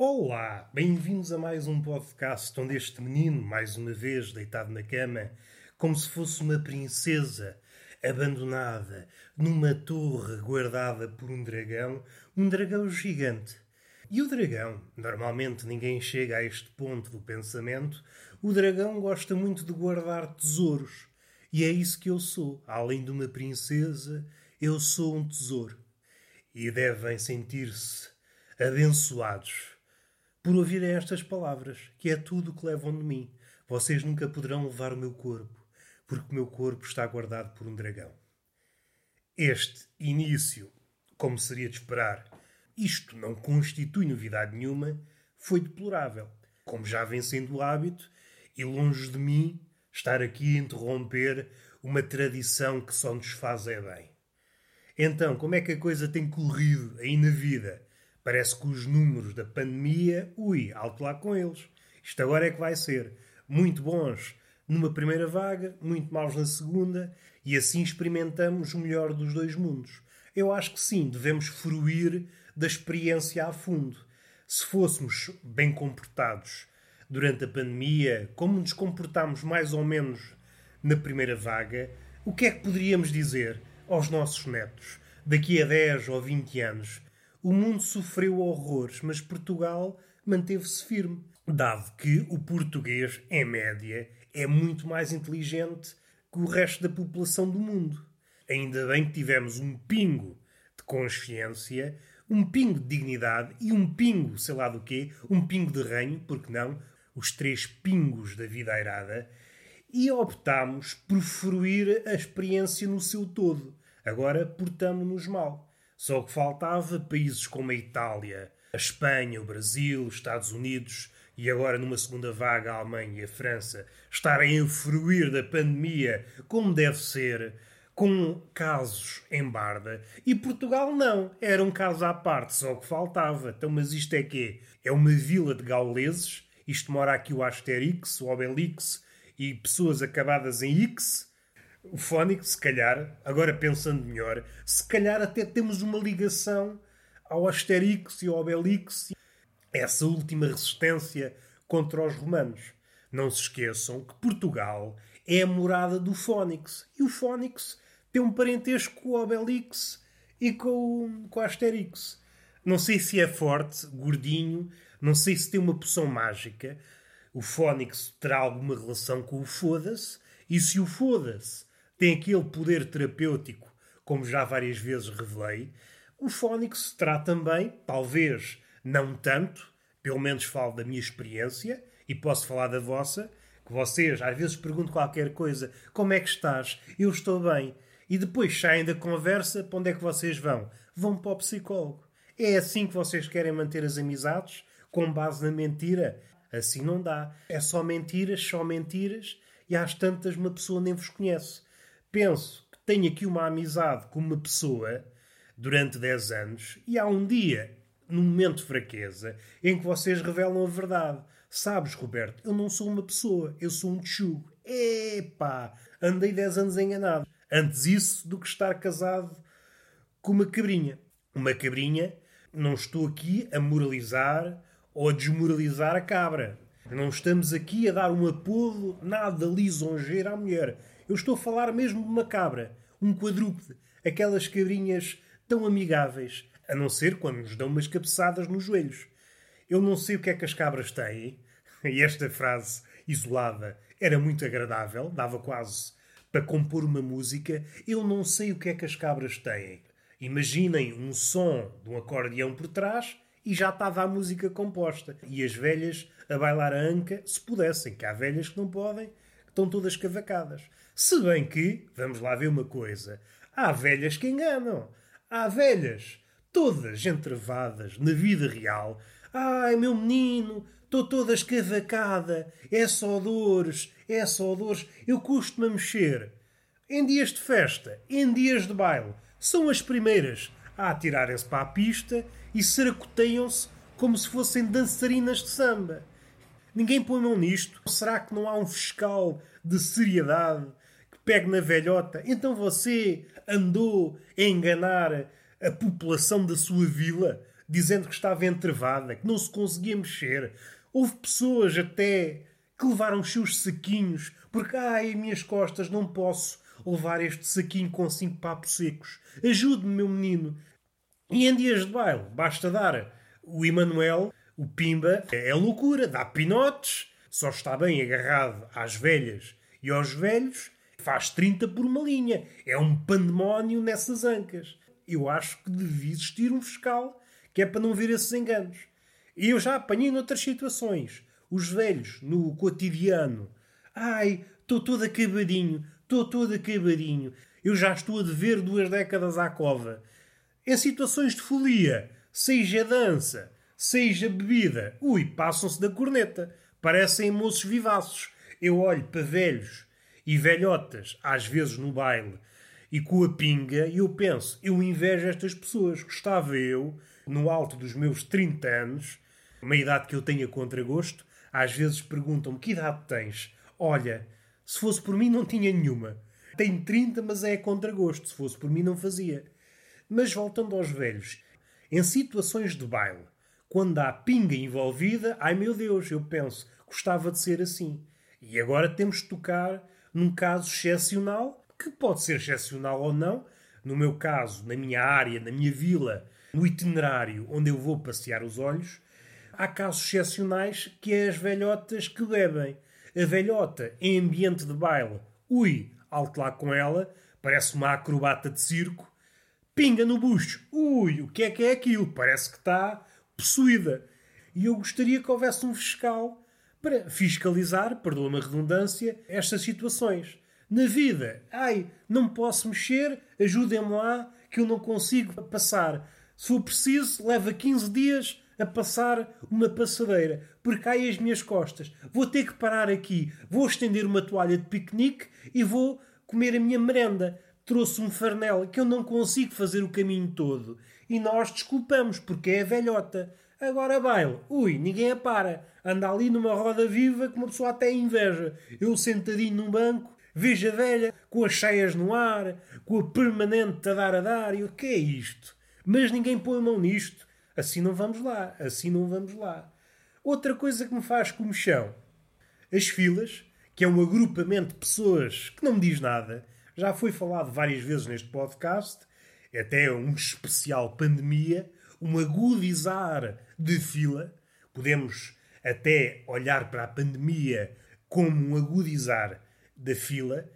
Olá, bem-vindos a mais um podcast onde este menino, mais uma vez deitado na cama, como se fosse uma princesa abandonada numa torre guardada por um dragão gigante. E o dragão, normalmente ninguém chega a este ponto do pensamento, o dragão gosta muito de guardar tesouros. E é isso que eu sou. Além de uma princesa, eu sou um tesouro. E devem sentir-se abençoados por ouvirem estas palavras, que é tudo o que levam de mim. Vocês nunca poderão levar o meu corpo, porque o meu corpo está guardado por um dragão. Este início, como seria de esperar, isto não constitui novidade nenhuma, foi deplorável, como já vem sendo o hábito, e longe de mim estar aqui a interromper uma tradição que só nos faz é bem. Então, como é que a coisa tem corrido aí na vida? Parece que os números da pandemia, alto lá com eles. Isto agora é que vai ser. Muito bons numa primeira vaga, muito maus na segunda, e assim experimentamos o melhor dos dois mundos. Eu acho que sim, devemos fruir da experiência a fundo. Se fôssemos bem comportados durante a pandemia, como nos comportámos mais ou menos na primeira vaga, o que é que poderíamos dizer aos nossos netos daqui a 10 ou 20 anos? O mundo sofreu horrores, mas Portugal manteve-se firme, dado que o português, em média, é muito mais inteligente que o resto da população do mundo. Ainda bem que tivemos um pingo de consciência, um pingo de dignidade e um pingo, sei lá do quê, um pingo de ranho, porque não, os 3 pingos da vida airada, e optámos por fruir a experiência no seu todo. Agora portamo-nos mal. Só que faltava países como a Itália, a Espanha, o Brasil, os Estados Unidos e agora numa segunda vaga a Alemanha e a França estarem a fruir da pandemia como deve ser, com casos em barda. E Portugal não, era um caso à parte, só que faltava. Então, mas isto é quê? É uma vila de gauleses? Isto mora aqui o Asterix, o Obelix e pessoas acabadas em X? O Fónix, se calhar, agora pensando melhor, se calhar até temos uma ligação ao Asterix e ao Obelix, essa última resistência contra os romanos. Não se esqueçam que Portugal é a morada do Fónix. E o Fónix tem um parentesco com o Obelix e com o Asterix. Não sei se é forte, gordinho, não sei se tem uma poção mágica. O Fónix terá alguma relação com o Foda-se, e se o Foda-se tem aquele poder terapêutico, como já várias vezes revelei, o Fónix terá também, talvez não tanto, pelo menos falo da minha experiência, e posso falar da vossa, que vocês às vezes perguntam qualquer coisa, como é que estás? Eu estou bem. E depois saem da conversa, para onde é que vocês vão? Vão para o psicólogo. É assim que vocês querem manter as amizades? Com base na mentira? Assim não dá. É só mentiras, e às tantas uma pessoa nem vos conhece. Penso que tenho aqui uma amizade com uma pessoa durante 10 anos e há um dia, num momento de fraqueza, em que vocês revelam a verdade. Sabes, Roberto, eu não sou uma pessoa, eu sou um tchugo. Epá, andei 10 anos enganado. Antes isso do que estar casado com uma cabrinha. Uma cabrinha, não estou aqui a moralizar ou a desmoralizar a cabra. Não estamos aqui a dar um apodo nada lisonjeiro à mulher. Eu estou a falar mesmo de uma cabra, um quadrúpede, aquelas cabrinhas tão amigáveis, a não ser quando nos dão umas cabeçadas nos joelhos. Eu não sei o que é que as cabras têm, e esta frase isolada era muito agradável, dava quase para compor uma música. Eu não sei o que é que as cabras têm. Imaginem um som de um acordeão por trás e já estava a música composta. E as velhas a bailar a anca, se pudessem, que há velhas que não podem, que estão todas cavacadas. Se bem que, vamos lá ver uma coisa, há velhas que enganam. Há velhas, todas entrevadas na vida real. Ai, meu menino, estou toda escavacada. É só dores, é só dores. Eu custo-me a mexer. Em dias de festa, em dias de baile, são as primeiras a atirarem-se para a pista e seracoteiam-se como se fossem dançarinas de samba. Ninguém põe mão nisto. Será que não há um fiscal de seriedade que pegue na velhota? Então você andou a enganar a população da sua vila? dizendo que estava entrevada, que não se conseguia mexer. Houve pessoas até que levaram os seus saquinhos, porque, ai, minhas costas, não posso levar este saquinho com 5 papos secos. Ajude-me, meu menino. E em dias de baile, basta dar o Emanuel, o Pimba, é loucura, dá pinotes, só está bem agarrado às velhas e aos velhos, faz 30 por uma linha. É um pandemónio nessas ancas. Eu acho que devia existir um fiscal que é para não ver esses enganos. E eu já apanhei noutras situações. Os velhos, no cotidiano. Ai, estou todo acabadinho, estou todo acabadinho. Eu já estou a dever 2 décadas à cova. Em situações de folia, seja dança, seja bebida, ui, passam-se da corneta. Parecem moços vivaços. Eu olho para velhos e velhotas, às vezes no baile, e com a pinga, e eu penso, eu invejo estas pessoas. Gostava eu, no alto dos meus 30 anos, uma idade que eu tenho a contragosto, às vezes perguntam-me, que idade tens? Olha, se fosse por mim não tinha nenhuma. Tenho 30, mas é a contragosto. Se fosse por mim não fazia. Mas voltando aos velhos, em situações de baile, quando há pinga envolvida, ai meu Deus, eu penso, gostava de ser assim. E agora temos de tocar num caso excepcional, que pode ser excepcional ou não. No meu caso, na minha área, na minha vila, no itinerário onde eu vou passear os olhos, há casos excepcionais que é as velhotas que bebem. A velhota em ambiente de baile, ui, alto lá com ela, parece uma acrobata de circo, pinga no bucho, ui, o que é aquilo? Parece que está possuída. E eu gostaria que houvesse um fiscal para fiscalizar, perdoa-me a redundância, estas situações. Na vida, ai, não posso mexer, ajudem-me lá que eu não consigo passar. Se for preciso, leva 15 dias a passar uma passadeira, porque cai as minhas costas. Vou ter que parar aqui, vou estender uma toalha de piquenique e vou comer a minha merenda. Trouxe um farnel que eu não consigo fazer o caminho todo. E nós desculpamos, porque é a velhota. Agora baile, ui, ninguém a para. Anda ali numa roda viva que uma pessoa até inveja. Eu sentadinho num banco, vejo a velha com as cheias no ar, com a permanente a dar, e o que é isto? Mas ninguém põe a mão nisto. Assim não vamos lá, assim não vamos lá. Outra coisa que me faz comichão. As filas, que é um agrupamento de pessoas que não me diz nada. Já foi falado várias vezes neste podcast, até um especial pandemia, um agudizar de fila. Podemos até olhar para a pandemia como um agudizar da fila.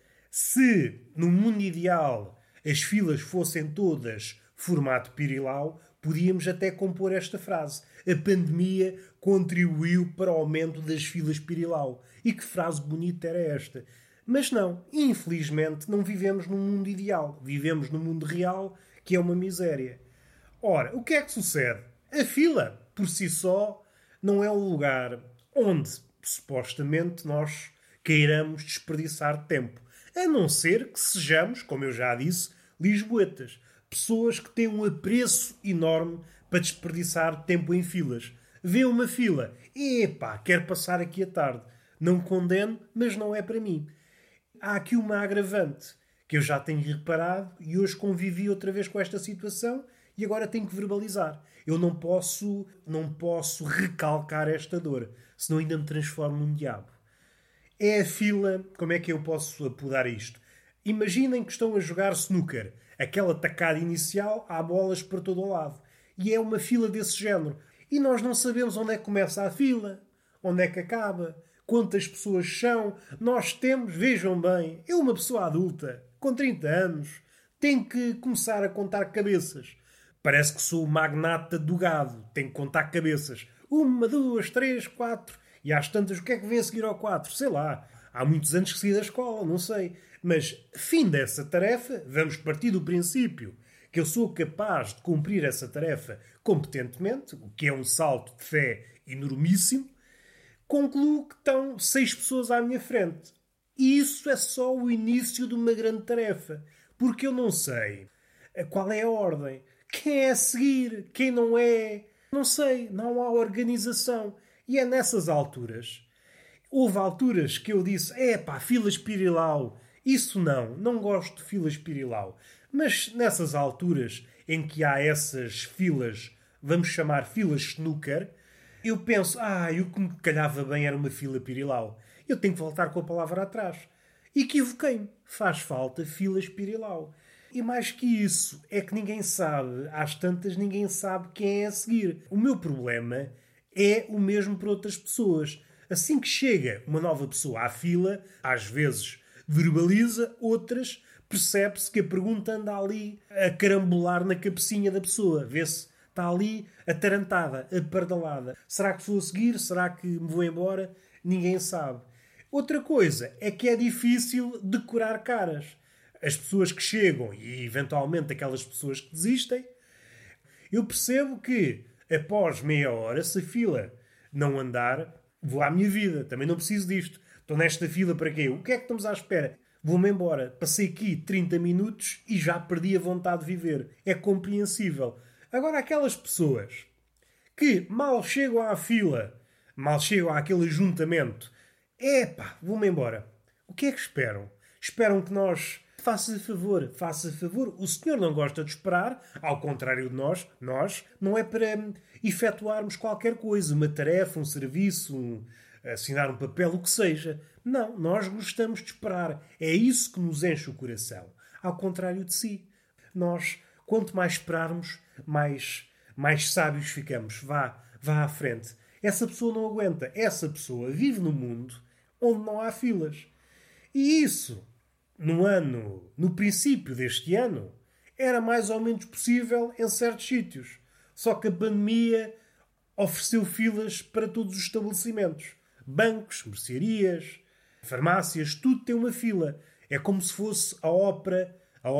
Se, no mundo ideal, as filas fossem todas formato pirilau, podíamos até compor esta frase. A pandemia contribuiu para o aumento das filas pirilau. E que frase bonita era esta. Mas não, infelizmente não vivemos num mundo ideal. Vivemos num mundo real que é uma miséria. Ora, o que é que sucede? A fila, por si só, não é um lugar onde, supostamente, nós queiramos desperdiçar tempo. A não ser que sejamos, como eu já disse, lisboetas. Pessoas que têm um apreço enorme para desperdiçar tempo em filas. Vê uma fila. Epá, quero passar aqui a tarde. Não condeno, mas não é para mim. Há aqui uma agravante que eu já tenho reparado e hoje convivi outra vez com esta situação e agora tenho que verbalizar. Eu não posso recalcar esta dor, senão ainda me transformo num diabo. É a fila, como é que eu posso apodar isto? Imaginem que estão a jogar snooker. Aquela tacada inicial, há bolas por todo o lado. E é uma fila desse género. E nós não sabemos onde é que começa a fila, onde é que acaba, quantas pessoas são. Nós temos, vejam bem, eu uma pessoa adulta, com 30 anos, tenho que começar a contar cabeças. Parece que sou o magnata do gado. Tenho que contar cabeças. 1, 2, 3, 4. E às tantas, o que é que vem a seguir ao 4? Sei lá. Há muitos anos que saí da escola, não sei. Mas, fim dessa tarefa, vamos partir do princípio que eu sou capaz de cumprir essa tarefa competentemente, o que é um salto de fé enormíssimo. Concluo que estão 6 pessoas à minha frente. E isso é só o início de uma grande tarefa. Porque eu não sei qual é a ordem. Quem é a seguir? Quem não é? Não sei. Não há organização. E é nessas alturas. Houve alturas que eu disse, filas pirilau. Isso não gosto de filas pirilau. Mas nessas alturas em que há essas filas vamos chamar filas snooker, eu penso, o que me calhava bem era uma fila pirilau. Eu tenho que voltar com a palavra atrás. Equivoquei-me. Faz falta filas pirilau. E mais que isso, é que ninguém sabe, às tantas ninguém sabe quem é a seguir. O meu problema é o mesmo para outras pessoas. Assim que chega uma nova pessoa à fila, às vezes verbaliza, outras percebe-se que a pergunta anda ali a carambolar na cabecinha da pessoa. Vê-se, está ali atarantada, apardalada. Será que vou seguir? Será que me vou embora? Ninguém sabe. Outra coisa é que é difícil decorar caras. As pessoas que chegam e, eventualmente, aquelas pessoas que desistem, eu percebo que, após meia hora, se a fila não andar, vou à minha vida. Também não preciso disto. Estou nesta fila para quê? O que é que estamos à espera? Vou-me embora. Passei aqui 30 minutos e já perdi a vontade de viver. É compreensível. Agora, aquelas pessoas que mal chegam à fila, mal chegam àquele ajuntamento, vou-me embora. O que é que esperam? Esperam que nós... Faça favor, faça favor. O senhor não gosta de esperar, ao contrário de nós não é para efetuarmos qualquer coisa, uma tarefa, um serviço, assinar um papel, o que seja. Não, nós gostamos de esperar. É isso que nos enche o coração. Ao contrário de si. Nós, quanto mais esperarmos, mais sábios ficamos. Vá à frente. Essa pessoa não aguenta. Essa pessoa vive num mundo onde não há filas. E isso... No princípio deste ano, era mais ou menos possível em certos sítios. Só que a pandemia ofereceu filas para todos os estabelecimentos. Bancos, mercearias, farmácias, tudo tem uma fila. É como se fosse a ópera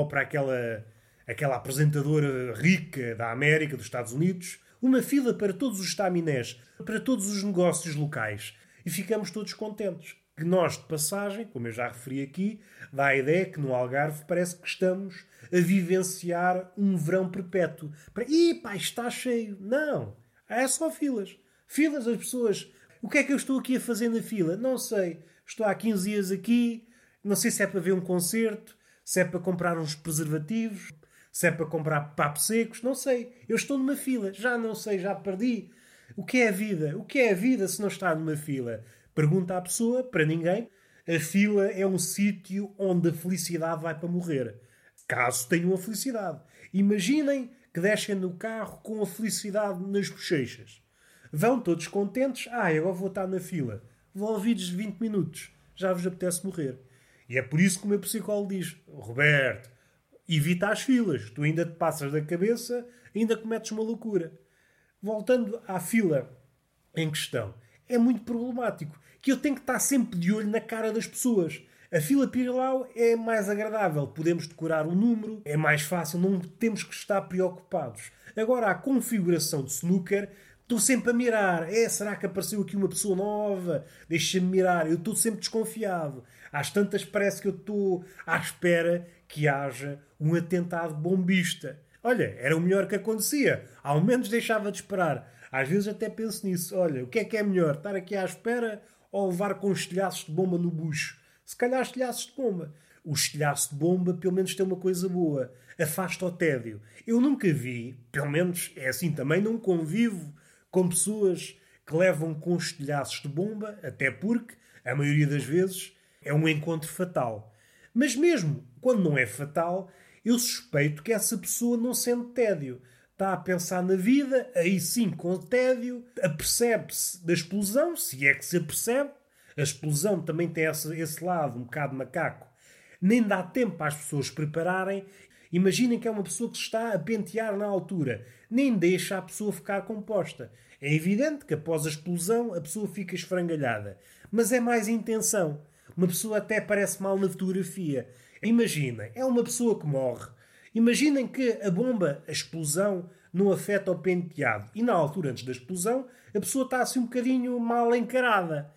aquela apresentadora rica da América, dos Estados Unidos, uma fila para todos os estaminés, para todos os negócios locais. E ficamos todos contentes. Que nós, de passagem, como eu já referi aqui, dá a ideia que no Algarve parece que estamos a vivenciar um verão perpétuo. Está cheio. Não. É só filas. Filas, as pessoas... O que é que eu estou aqui a fazer na fila? Não sei. Estou há 15 dias aqui. Não sei se é para ver um concerto, se é para comprar uns preservativos, se é para comprar papos secos. Não sei. Eu estou numa fila. Já não sei, já perdi. O que é a vida? O que é a vida se não está numa fila? Pergunta à pessoa, para ninguém, a fila é um sítio onde a felicidade vai para morrer. Caso tenham a felicidade. Imaginem que descem no carro com a felicidade nas bochechas. Vão todos contentes. Agora vou estar na fila. Vão ouvidos 20 minutos. Já vos apetece morrer. E é por isso que o meu psicólogo diz: Roberto, evita as filas. Tu ainda te passas da cabeça, ainda cometes uma loucura. Voltando à fila em questão. É muito problemático. Que eu tenho que estar sempre de olho na cara das pessoas. A fila pirilau é mais agradável. Podemos decorar o número. É mais fácil. Não temos que estar preocupados. Agora, a configuração de snooker, estou sempre a mirar. Será que apareceu aqui uma pessoa nova? Deixa-me mirar. Eu estou sempre desconfiado. Às tantas parece que eu estou à espera que haja um atentado bombista. Olha, era o melhor que acontecia. Ao menos deixava de esperar. Às vezes até penso nisso. Olha, o que é melhor? Estar aqui à espera ou levar com estilhaços de bomba no bucho? Se calhar estilhaços de bomba. O estilhaço de bomba pelo menos tem uma coisa boa. Afasta o tédio. Eu nunca vi, pelo menos é assim também, não convivo com pessoas que levam com estilhaços de bomba, até porque, a maioria das vezes, é um encontro fatal. Mas mesmo quando não é fatal, eu suspeito que essa pessoa não sente tédio. Está a pensar na vida, aí sim, com tédio, apercebe-se da explosão, se é que se apercebe. A explosão também tem esse lado, um bocado macaco. Nem dá tempo às pessoas prepararem. Imaginem que é uma pessoa que se está a pentear na altura. Nem deixa a pessoa ficar composta. É evidente que após a explosão a pessoa fica esfrangalhada. Mas é mais intenção. Uma pessoa até parece mal na fotografia. Imaginem, é uma pessoa que morre. Imaginem que a bomba, a explosão, não afeta o penteado. E na altura, antes da explosão, a pessoa está assim um bocadinho mal encarada.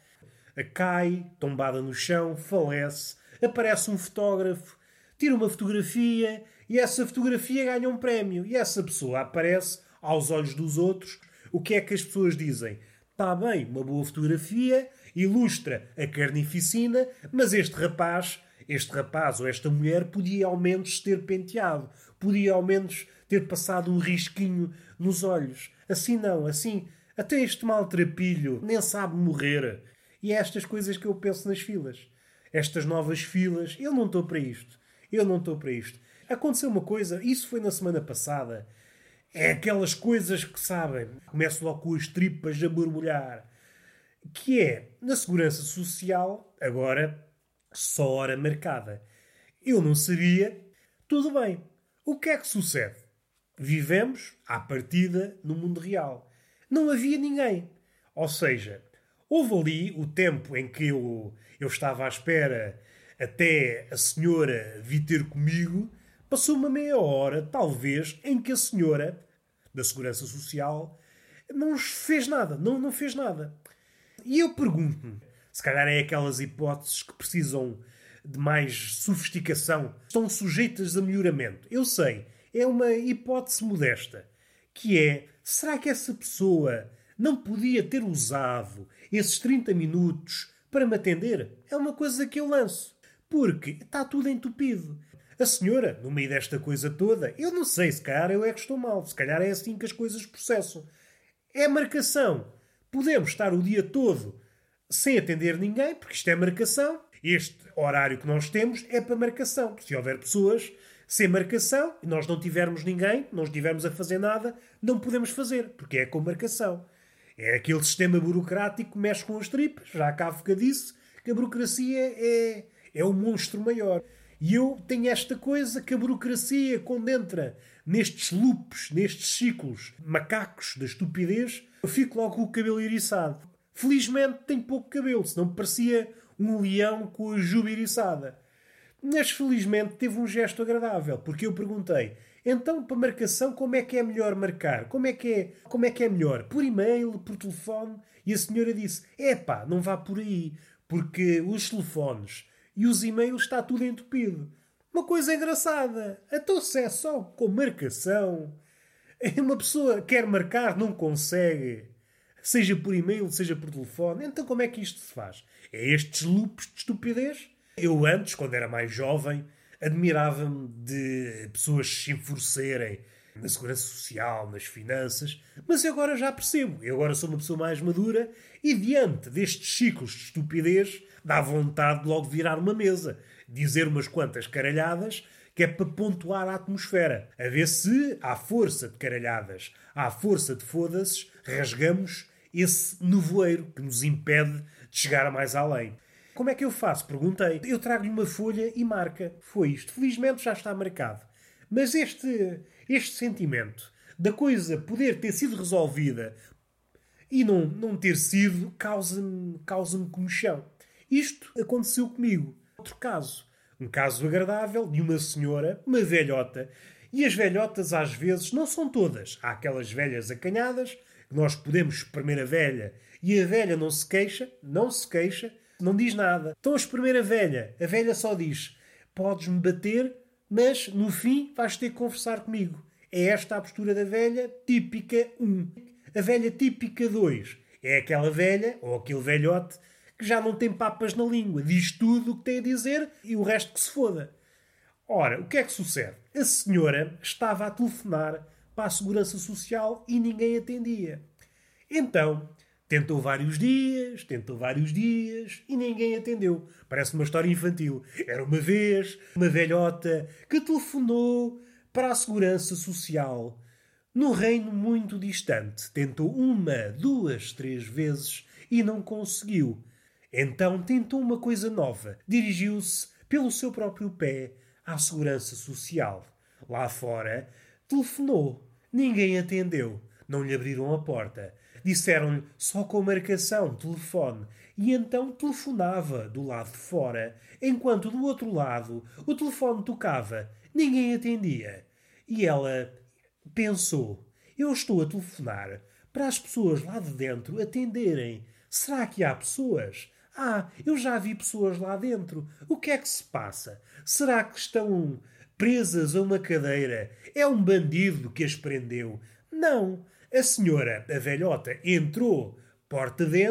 Cai, tombada no chão, falece, aparece um fotógrafo, tira uma fotografia e essa fotografia ganha um prémio. E essa pessoa aparece aos olhos dos outros. O que é que as pessoas dizem? Está bem, uma boa fotografia, ilustra a carnificina, mas este rapaz Este rapaz ou esta mulher podia ao menos ter penteado, podia ao menos ter passado um risquinho nos olhos. Assim não, assim, até este maltrapilho nem sabe morrer. E é estas coisas que eu penso nas filas. Estas novas filas, eu não estou para isto. Eu não estou para isto. Aconteceu uma coisa, isso foi na semana passada. É aquelas coisas que sabem. Começo logo com as tripas a borbulhar. Que é, na Segurança Social, agora, só hora marcada. Eu não sabia. Tudo bem. O que é que sucede? Vivemos, à partida, no mundo real. Não havia ninguém. Ou seja, houve ali o tempo em que eu estava à espera até a senhora vir ter comigo. Passou uma meia hora, talvez, em que a senhora da Segurança Social não fez nada. Não fez nada. E eu pergunto-me, se calhar é aquelas hipóteses que precisam de mais sofisticação, estão sujeitas a melhoramento. Eu sei, é uma hipótese modesta, que é, será que essa pessoa não podia ter usado esses 30 minutos para me atender? É uma coisa que eu lanço, porque está tudo entupido. A senhora, no meio desta coisa toda, eu não sei, se calhar eu é que estou mal, se calhar é assim que as coisas processam. É marcação. Podemos estar o dia todo sem atender ninguém, porque isto é marcação. Este horário que nós temos é para marcação. Se houver pessoas sem marcação e nós não tivermos ninguém, não estivermos a fazer nada, não podemos fazer, porque é com marcação. É aquele sistema burocrático que mexe com as tripas. Já a Kafka disse que a burocracia é um monstro maior. E eu tenho esta coisa que a burocracia, quando entra nestes loops, nestes ciclos macacos da estupidez, eu fico logo com o cabelo eriçado. Felizmente tenho pouco cabelo, senão parecia um leão com a juba eriçada. Mas felizmente teve um gesto agradável, porque eu perguntei, então para marcação como é que é melhor marcar? Como é que é melhor? Por e-mail, por telefone? E a senhora disse, epá, não vá por aí, porque os telefones e os e-mails está tudo entupido. Uma coisa engraçada, então se é só com marcação, uma pessoa quer marcar, não consegue, seja por e-mail, seja por telefone, então como é que isto se faz? É estes loops de estupidez? Eu antes, quando era mais jovem, admirava-me de pessoas se enfurecerem na segurança social, nas finanças, mas eu agora já percebo. Eu agora sou uma pessoa mais madura e diante destes ciclos de estupidez dá vontade de logo virar uma mesa, dizer umas quantas caralhadas que é para pontuar a atmosfera. A ver se, à força de caralhadas, à força de foda-se, rasgamos esse nevoeiro que nos impede de chegar mais além. Como é que eu faço? Perguntei. Eu trago-lhe uma folha e marca. Foi isto. Felizmente já está marcado. Mas este sentimento da coisa poder ter sido resolvida e não ter sido causa-me comichão. Isto aconteceu comigo. Outro caso. Um caso agradável de uma senhora, uma velhota. E as velhotas às vezes não são todas. Há aquelas velhas acanhadas que nós podemos espremer a velha e a velha não se queixa, não diz nada. Então a espremer a velha só diz, podes-me bater, mas no fim vais ter que conversar comigo. É esta a postura da velha típica 1. A velha típica 2 é aquela velha, ou aquele velhote, que já não tem papas na língua. Diz tudo o que tem a dizer e o resto que se foda. Ora, o que é que sucede? A senhora estava a telefonar para a Segurança Social e ninguém atendia. Então, tentou vários dias e ninguém atendeu. Parece uma história infantil. Era uma vez uma velhota que telefonou para a Segurança Social num reino muito distante. Tentou 1, 2, 3 vezes e não conseguiu. Então tentou uma coisa nova. Dirigiu-se pelo seu próprio pé à Segurança Social. Lá fora, telefonou. Ninguém atendeu. Não lhe abriram a porta. Disseram-lhe só com marcação, telefone. E então telefonava do lado de fora, enquanto do outro lado o telefone tocava. Ninguém atendia. E ela pensou, eu estou a telefonar para as pessoas lá de dentro atenderem. Será que há pessoas? Eu já vi pessoas lá dentro. O que é que se passa? Será que estão presas a uma cadeira? É um bandido que as prendeu? Não. A senhora, a velhota, entrou porta dentro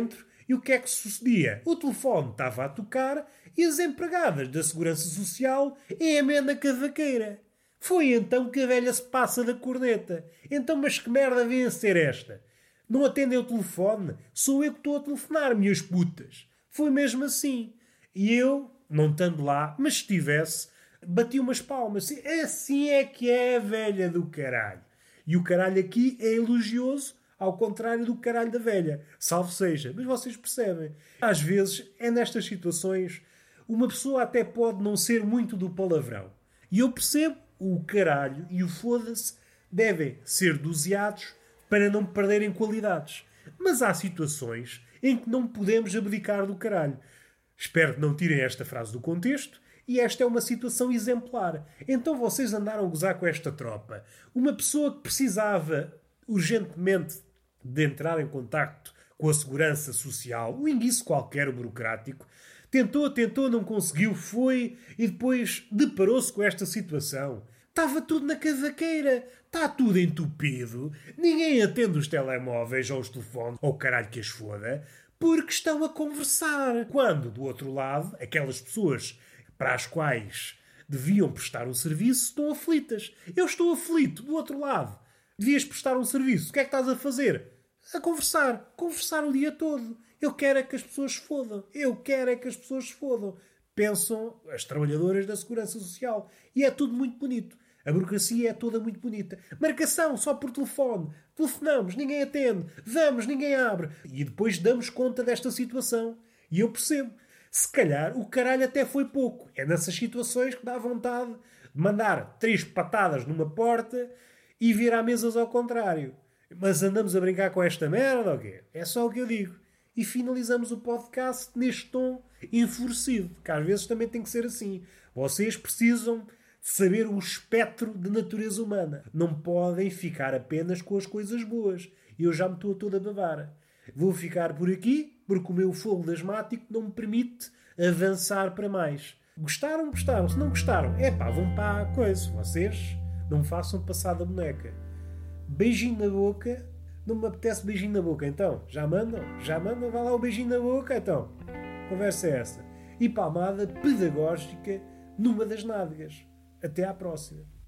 E o que é que sucedia? O telefone estava a tocar e as empregadas da Segurança Social é na cavaqueira. Foi então que a velha se passa da corneta. Então, mas que merda vem a ser esta? Não atendem o telefone? Sou eu que estou a telefonar, minhas putas. Foi mesmo assim. E eu, não estando lá, mas se estivesse, bati umas palmas. Assim é que é a velha do caralho. E o caralho aqui é elogioso, ao contrário do caralho da velha. Salve seja. Mas vocês percebem. Às vezes, é nestas situações, uma pessoa até pode não ser muito do palavrão. E eu percebo, o caralho e o foda-se devem ser doseados para não perderem qualidades. Mas há situações em que não podemos abdicar do caralho. Espero que não tirem esta frase do contexto. E esta é uma situação exemplar. Então vocês andaram a gozar com esta tropa. Uma pessoa que precisava urgentemente de entrar em contacto com a segurança social, um enguiço qualquer burocrático, tentou, não conseguiu, foi e depois deparou-se com esta situação. Estava tudo na cavaqueira, está tudo entupido, ninguém atende os telemóveis ou os telefones, ou caralho que as foda, porque estão a conversar. Quando, do outro lado, aquelas pessoas para as quais deviam prestar um serviço estão aflitas. Eu estou aflito, do outro lado. Devias prestar um serviço. O que é que estás a fazer? A conversar. Conversar o dia todo. Eu quero é que as pessoas se fodam. Eu quero é que as pessoas se fodam. Pensam as trabalhadoras da Segurança Social. E é tudo muito bonito. A burocracia é toda muito bonita. Marcação só por telefone. Telefonamos, ninguém atende. Vamos, ninguém abre. E depois damos conta desta situação. E eu percebo. Se calhar o caralho até foi pouco. É nessas situações que dá vontade de mandar 3 patadas numa porta e virar mesas ao contrário. Mas andamos a brincar com esta merda ou quê? É só o que eu digo. E finalizamos o podcast neste tom enfurecido, que às vezes também tem que ser assim. Vocês precisam saber o espectro de natureza humana. Não podem ficar apenas com as coisas boas. E eu já me estou toda a babar. Vou ficar por aqui, porque o meu fogo asmático não me permite avançar para mais. Gostaram? Gostaram. Se não gostaram, vão para a coisa. Vocês não façam passar da boneca. Beijinho na boca. Não me apetece beijinho na boca, então. Já mandam? Vai lá o beijinho na boca, então. Conversa é essa. E palmada pedagógica numa das nádegas. Até à próxima.